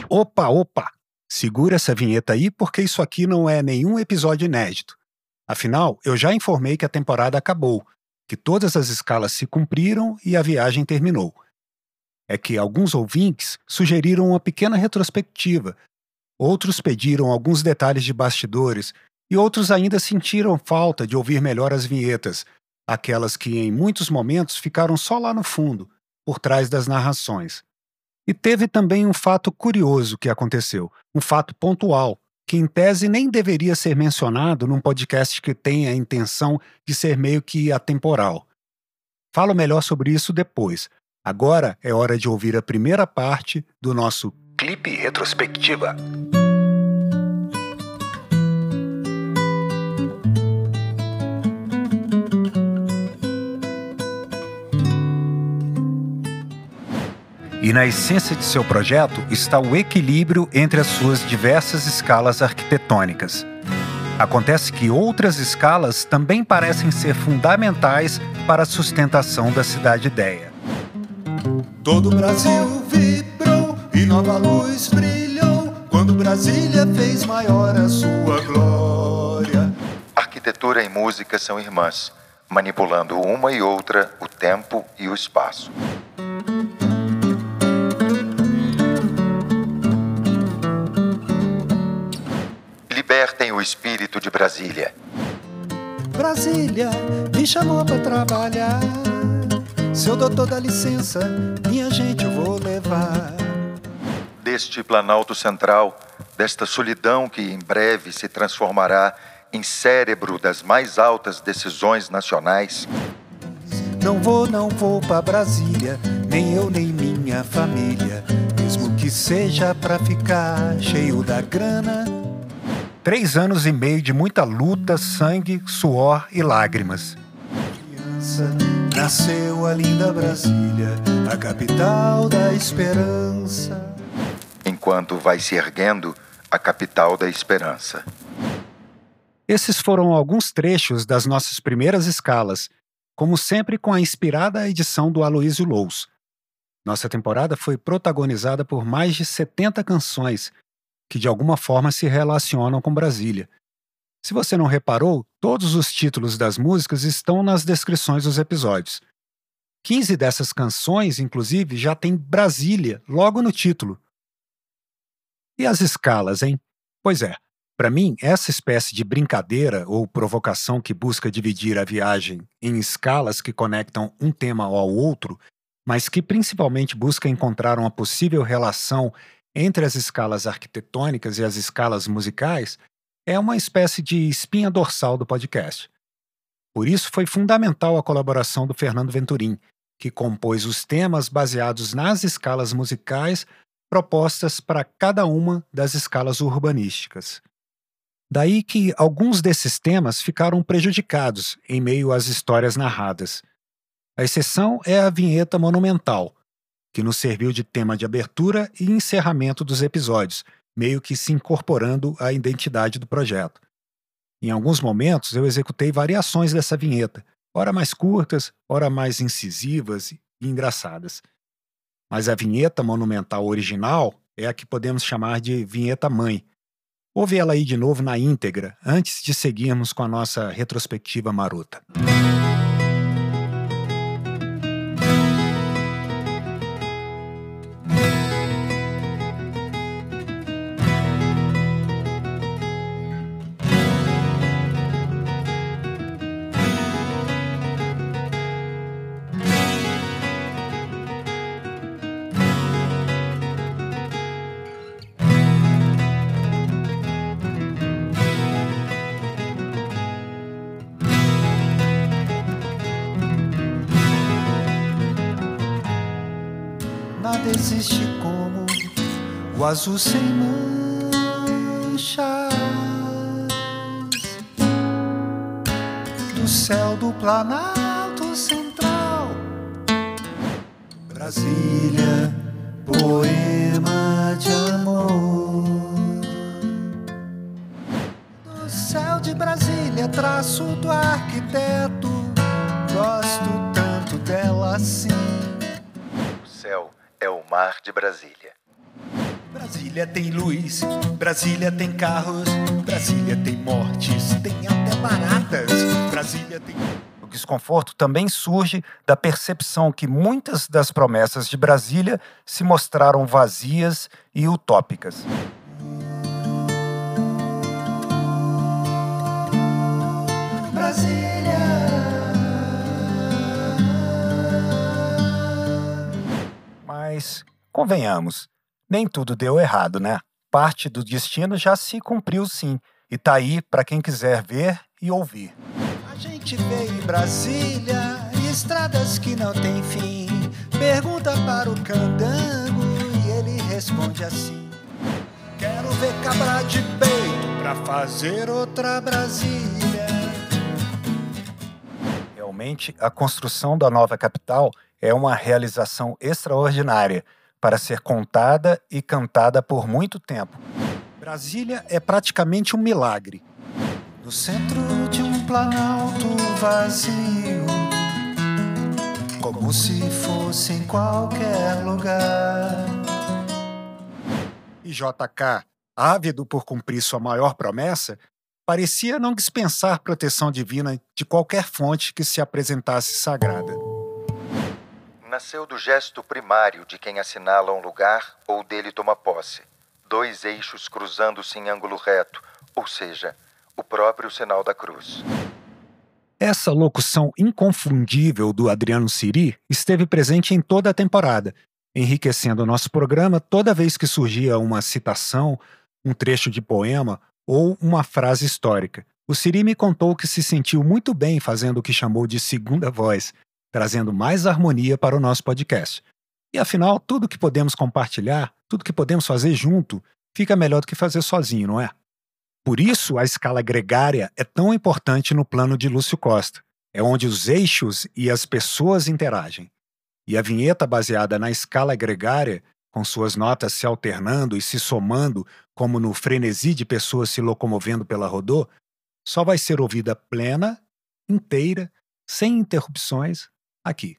Opa, opa! Segura essa vinheta aí porque isso aqui não é nenhum episódio inédito. Afinal, eu já informei que a temporada acabou, que todas as escalas se cumpriram e a viagem terminou. É que alguns ouvintes sugeriram uma pequena retrospectiva, outros pediram alguns detalhes de bastidores e outros ainda sentiram falta de ouvir melhor as vinhetas, aquelas que em muitos momentos ficaram só lá no fundo, por trás das narrações. E teve também um fato curioso que aconteceu, um fato pontual, que em tese nem deveria ser mencionado num podcast que tem a intenção de ser meio que atemporal. Falo melhor sobre isso depois. Agora é hora de ouvir a primeira parte do nosso Clipe Retrospectiva. E na essência de seu projeto está o equilíbrio entre as suas diversas escalas arquitetônicas. Acontece que outras escalas também parecem ser fundamentais para a sustentação da cidade-ideia. Todo o Brasil vibrou e nova luz brilhou quando Brasília fez maior a sua glória. Arquitetura e música são irmãs, manipulando uma e outra o tempo e o espaço. Libertem o espírito de Brasília. Brasília me chamou pra trabalhar. Seu doutor dá licença, minha gente eu vou levar. Deste Planalto Central, desta solidão que em breve se transformará em cérebro das mais altas decisões nacionais. Não vou pra Brasília, nem eu nem minha família, mesmo que seja pra ficar cheio da grana. 3 anos e meio de muita luta, sangue, suor e lágrimas. Nasceu a linda Brasília, a capital da esperança. Enquanto vai se erguendo a capital da esperança. Esses foram alguns trechos das nossas primeiras escalas, como sempre com a inspirada edição do Aloysio Lous. Nossa temporada foi protagonizada por mais de 70 canções, que de alguma forma se relacionam com Brasília. Se você não reparou, todos os títulos das músicas estão nas descrições dos episódios. 15 dessas canções, inclusive, já tem Brasília logo no título. E as escalas, hein? Pois é, para mim, essa espécie de brincadeira ou provocação que busca dividir a viagem em escalas que conectam um tema ao outro, mas que principalmente busca encontrar uma possível relação entre as escalas arquitetônicas e as escalas musicais, é uma espécie de espinha dorsal do podcast. Por isso foi fundamental a colaboração do Fernando Venturim, que compôs os temas baseados nas escalas musicais propostas para cada uma das escalas urbanísticas. Daí que alguns desses temas ficaram prejudicados em meio às histórias narradas. A exceção é a vinheta monumental, que nos serviu de tema de abertura e encerramento dos episódios, meio que se incorporando à identidade do projeto. Em alguns momentos eu executei variações dessa vinheta, ora mais curtas, ora mais incisivas e engraçadas. Mas a vinheta monumental original é a que podemos chamar de vinheta mãe. Ouve ela aí de novo na íntegra, antes de seguirmos com a nossa retrospectiva marota. Nada existe como o azul sem manchas do céu do Planalto Central. Brasília, poema de amor. Do céu de Brasília, traço do arquiteto. Gosto tanto dela assim. O céu é o mar de Brasília. Brasília tem luz, Brasília tem carros, Brasília tem mortes, tem até baratas. Brasília tem... O desconforto também surge da percepção que muitas das promessas de Brasília se mostraram vazias e utópicas. Brasília. Mas, convenhamos, nem tudo deu errado, né? Parte do destino já se cumpriu sim, e tá aí para quem quiser ver e ouvir. A gente vê em Brasília estradas que não tem fim. Pergunta para o candango e ele responde assim: quero ver cabra de peito pra fazer outra Brasília. Realmente, a construção da nova capital é uma realização extraordinária para ser contada e cantada por muito tempo. Brasília é praticamente um milagre. No centro de um planalto vazio, como se fosse em qualquer lugar. E JK, ávido por cumprir sua maior promessa, parecia não dispensar proteção divina de qualquer fonte que se apresentasse sagrada. Nasceu do gesto primário de quem assinala um lugar ou dele toma posse. 2 eixos cruzando-se em ângulo reto, ou seja, o próprio sinal da cruz. Essa locução inconfundível do Adriano Siri esteve presente em toda a temporada, enriquecendo o nosso programa toda vez que surgia uma citação, um trecho de poema ou uma frase histórica. O Siri me contou que se sentiu muito bem fazendo o que chamou de segunda voz, trazendo mais harmonia para o nosso podcast. E afinal, tudo que podemos compartilhar, tudo que podemos fazer junto, fica melhor do que fazer sozinho, não é? Por isso, a escala gregária é tão importante no plano de Lúcio Costa. É onde os eixos e as pessoas interagem. E a vinheta baseada na escala gregária, com suas notas se alternando e se somando, como no frenesi de pessoas se locomovendo pela rodô, só vai ser ouvida plena, inteira, sem interrupções, aqui.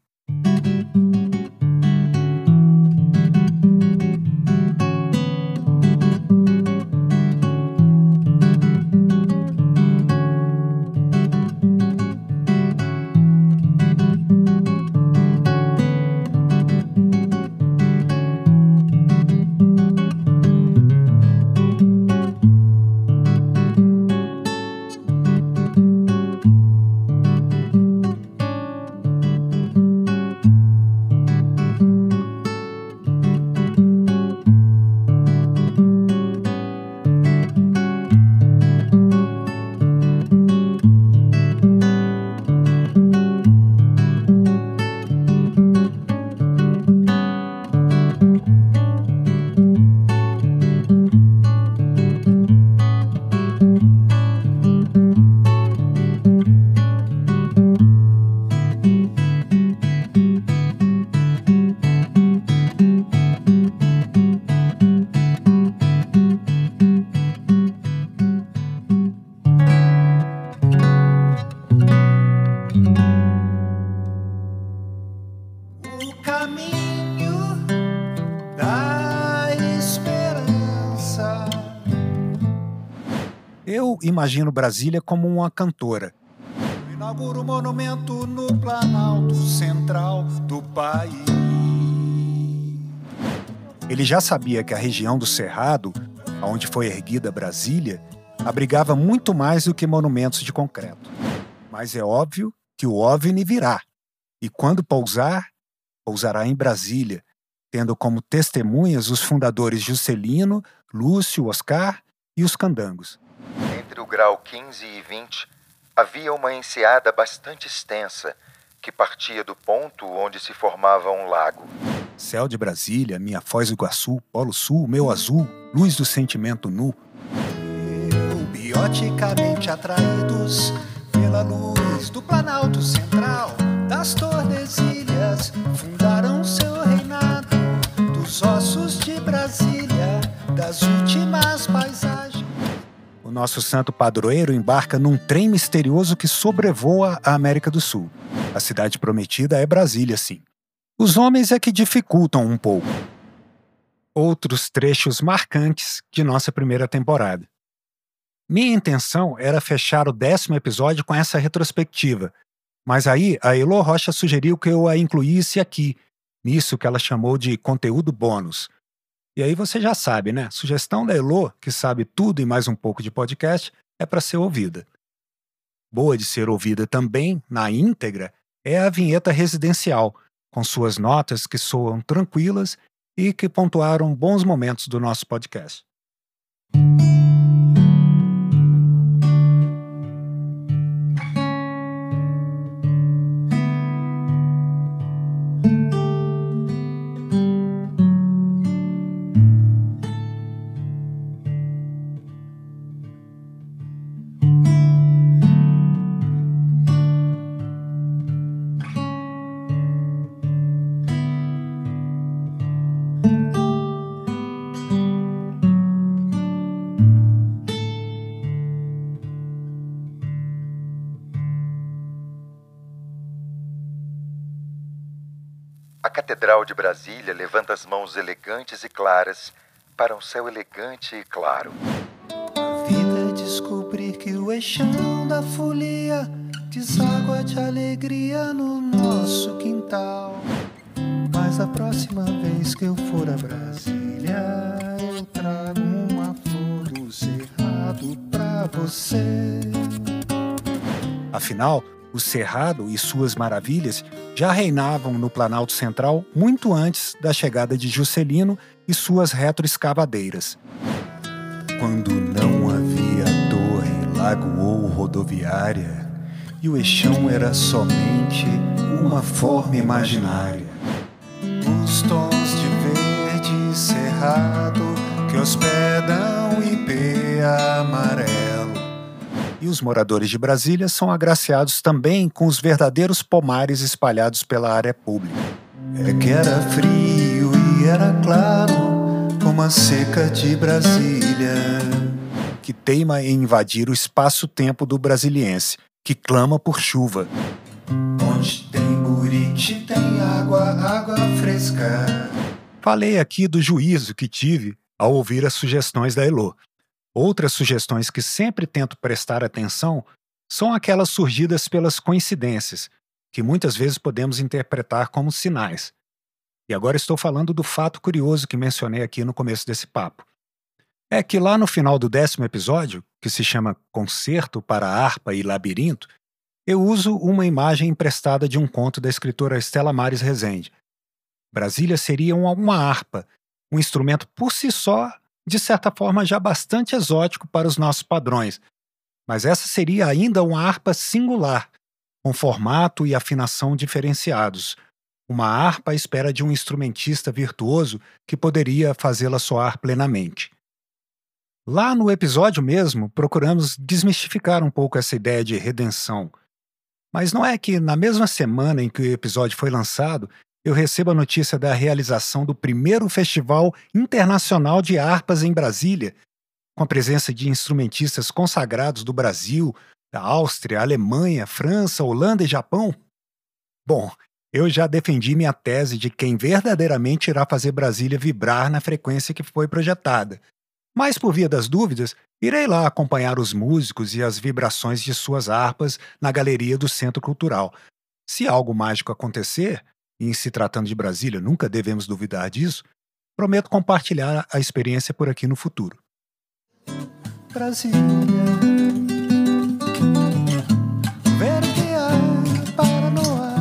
Eu imagino Brasília como uma cantora. Inaugura o monumento no Planalto Central do país. Ele já sabia que a região do Cerrado, onde foi erguida Brasília, abrigava muito mais do que monumentos de concreto. Mas é óbvio que o OVNI virá. E quando pousar, pousará em Brasília, tendo como testemunhas os fundadores Juscelino, Lúcio, Oscar e os candangos. Entre o grau 15 e 20, havia uma enseada bastante extensa, que partia do ponto onde se formava um lago. Céu de Brasília, minha Foz do Iguaçu, Polo Sul, meu azul, luz do sentimento nu. Bioticamente atraídos pela luz do Planalto Central, das Tordesilhas, fundaram seu reinado, dos ossos de Brasília, das últimas paisagens. O nosso santo padroeiro embarca num trem misterioso que sobrevoa a América do Sul. A cidade prometida é Brasília, sim. Os homens é que dificultam um pouco. outros trechos marcantes de nossa primeira temporada. Minha intenção era fechar o 10º episódio com essa retrospectiva, mas aí a Elô Rocha sugeriu que eu a incluísse aqui, nisso que ela chamou de conteúdo bônus. E aí você já sabe, né? Sugestão da Elô, que sabe tudo e mais um pouco de podcast, é para ser ouvida. Boa de ser ouvida também, na íntegra, é a vinheta residencial, com suas notas que soam tranquilas e que pontuaram bons momentos do nosso podcast. A Catedral de Brasília levanta as mãos elegantes e claras para um céu elegante e claro. A vida é descobrir que o eixão da folia deságua de alegria no nosso quintal. Mas a próxima vez que eu for a Brasília, eu trago uma flor do cerrado pra você. Afinal, o Cerrado e suas maravilhas já reinavam no Planalto Central muito antes da chegada de Juscelino e suas retroescavadeiras. Quando não havia torre, lago ou rodoviária, e o eixão era somente uma forma imaginária. Os tons de verde cerrado que hospedam ipê amarelo. E os moradores de Brasília são agraciados também com os verdadeiros pomares espalhados pela área pública. É que era frio e era claro, como a seca de Brasília, que teima em invadir o espaço-tempo do brasiliense, que clama por chuva. Onde tem buriti, tem água fresca. Falei aqui do juízo que tive ao ouvir as sugestões da Elô. Outras sugestões que sempre tento prestar atenção são aquelas surgidas pelas coincidências, que muitas vezes podemos interpretar como sinais. E agora estou falando do fato curioso que mencionei aqui no começo desse papo. É que lá no final do 10º episódio, que se chama Concerto para Harpa e Labirinto, eu uso uma imagem emprestada de um conto da escritora Estela Maris Rezende. Brasília seria uma harpa, um instrumento por si só, de certa forma já bastante exótico para os nossos padrões, mas essa seria ainda uma harpa singular, com formato e afinação diferenciados, uma harpa à espera de um instrumentista virtuoso que poderia fazê-la soar plenamente. Lá no episódio mesmo, procuramos desmistificar um pouco essa ideia de redenção, mas não é que na mesma semana em que o episódio foi lançado, eu recebo a notícia da realização do primeiro Festival Internacional de Harpas em Brasília, com a presença de instrumentistas consagrados do Brasil, da Áustria, Alemanha, França, Holanda e Japão. Bom, eu já defendi minha tese de quem verdadeiramente irá fazer Brasília vibrar na frequência que foi projetada. Mas, por via das dúvidas, irei lá acompanhar os músicos e as vibrações de suas harpas na galeria do Centro Cultural. Se algo mágico acontecer, e em se tratando de Brasília, nunca devemos duvidar disso, prometo compartilhar a experiência por aqui no futuro. Brasília, verde Paranoá,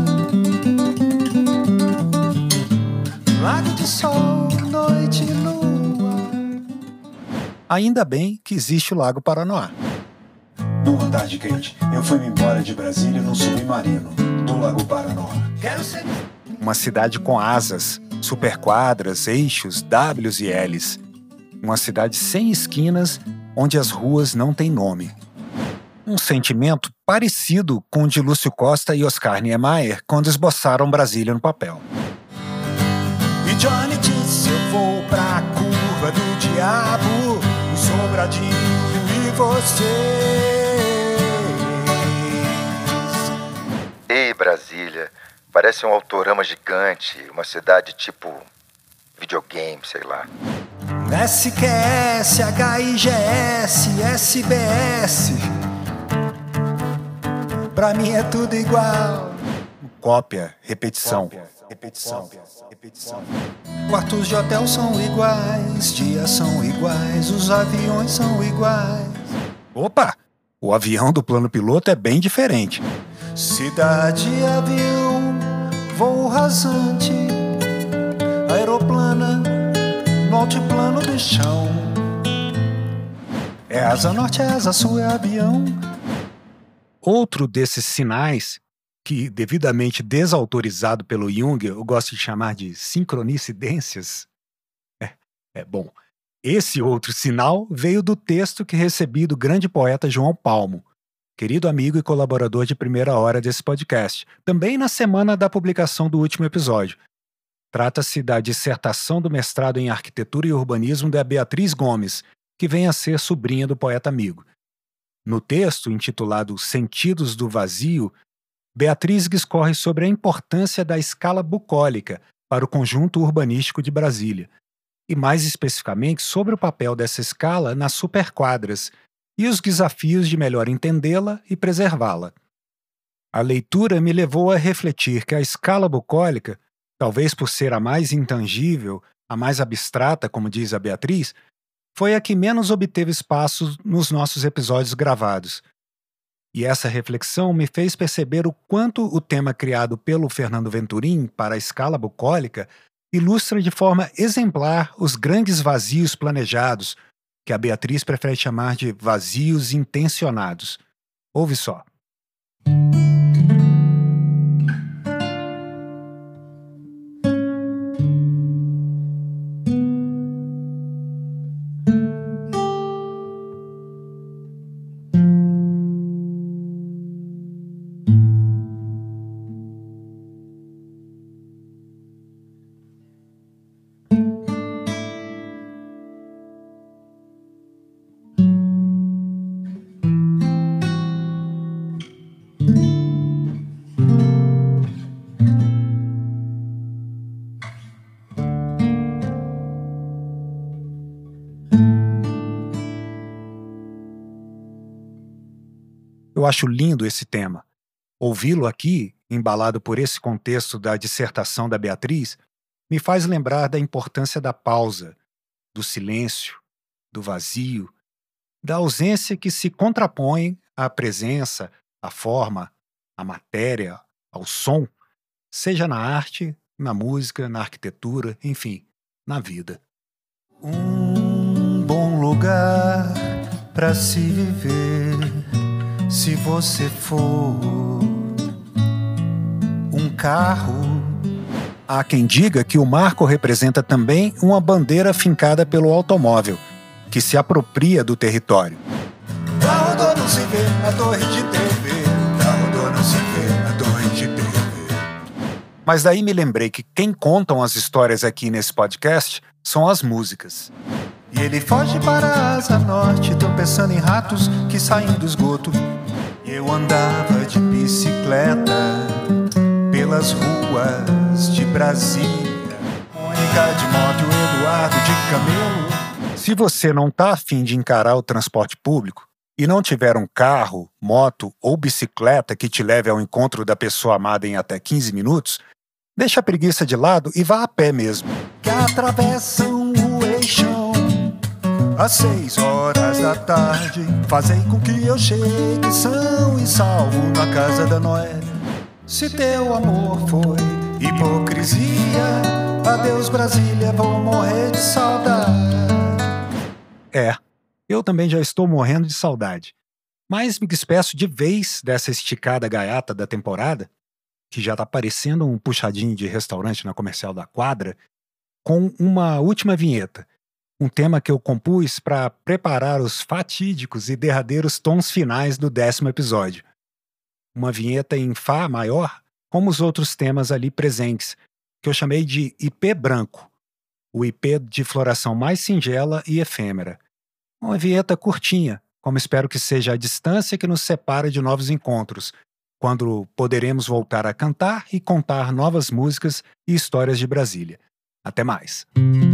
lago de sol, noite e lua. Ainda bem que existe o Lago Paranoá. Numa tarde quente, eu fui-me embora de Brasília num submarino do Lago Paranoá. Quero ser... Uma cidade com asas, superquadras, eixos, Ws e Ls. Uma cidade sem esquinas, onde as ruas não têm nome. Um sentimento parecido com o de Lúcio Costa e Oscar Niemeyer quando esboçaram Brasília no papel. E Johnny disse, eu vou pra curva do diabo, o Sobradinho e vocês. Ei, Brasília, parece um autorama gigante, uma cidade tipo videogame, sei lá. SQS, HIGS, SBS. Pra mim é tudo igual. Cópia, repetição. Quartos de hotel são iguais, dias são iguais, os aviões são iguais. Opa! O avião do plano piloto é bem diferente. Cidade, avião, voo rasante, aeroplana, no altiplano do chão. É asa norte, é asa sul, é avião. Outro desses sinais, que devidamente desautorizado pelo Jung, eu gosto de chamar de sincronicidências. Bom, esse outro sinal veio do texto que recebi do grande poeta João Palmo, querido amigo e colaborador de primeira hora desse podcast, também na semana da publicação do último episódio. Trata-se da dissertação do mestrado em Arquitetura e Urbanismo da Beatriz Gomes, que vem a ser sobrinha do poeta amigo. No texto, intitulado Sentidos do Vazio, Beatriz discorre sobre a importância da escala bucólica para o conjunto urbanístico de Brasília, e mais especificamente sobre o papel dessa escala nas superquadras e os desafios de melhor entendê-la e preservá-la. A leitura me levou a refletir que a escala bucólica, talvez por ser a mais intangível, a mais abstrata, como diz a Beatriz, foi a que menos obteve espaço nos nossos episódios gravados. E essa reflexão me fez perceber o quanto o tema criado pelo Fernando Venturim para a escala bucólica ilustra de forma exemplar os grandes vazios planejados, que a Beatriz prefere chamar de vazios intencionados. Ouve só. Eu acho lindo esse tema. Ouvi-lo aqui, embalado por esse contexto da dissertação da Beatriz, me faz lembrar da importância da pausa, do silêncio, do vazio, da ausência que se contrapõe à presença, à forma, à matéria, ao som, seja na arte, na música, na arquitetura, enfim, na vida. Um bom lugar pra se viver, se você for um carro. Há quem diga que o marco representa também uma bandeira fincada pelo automóvel, que se apropria do território. Tá rodando se vê a torre de TV, tá rodando se vê a torre de TV. Mas daí me lembrei que quem contam as histórias aqui nesse podcast são as músicas. E ele foge para a asa norte, tropeçando em ratos que saem do esgoto. Eu andava de bicicleta pelas ruas de Brasília, Mônica de moto, Eduardo de camelo. Se você não está afim de encarar o transporte público e não tiver um carro, moto ou bicicleta que te leve ao encontro da pessoa amada em até 15 minutos, deixa a preguiça de lado e vá a pé mesmo. Que atravessam o eixão às 6 horas da tarde, fazem com que eu chegue são e salvo na casa da Noélia. Se teu amor foi hipocrisia, adeus Brasília, vou morrer de saudade. Eu também já estou morrendo de saudade. Mas me despeço de vez dessa esticada gaiata da temporada, que já está parecendo um puxadinho de restaurante na Comercial da Quadra, com uma última vinheta. Um tema que eu compus para preparar os fatídicos e derradeiros tons finais do 10º episódio. Uma vinheta em Fá maior, como os outros temas ali presentes, que eu chamei de IP branco, o IP de floração mais singela e efêmera. Uma vinheta curtinha, como espero que seja a distância que nos separa de novos encontros, quando poderemos voltar a cantar e contar novas músicas e histórias de Brasília. Até mais!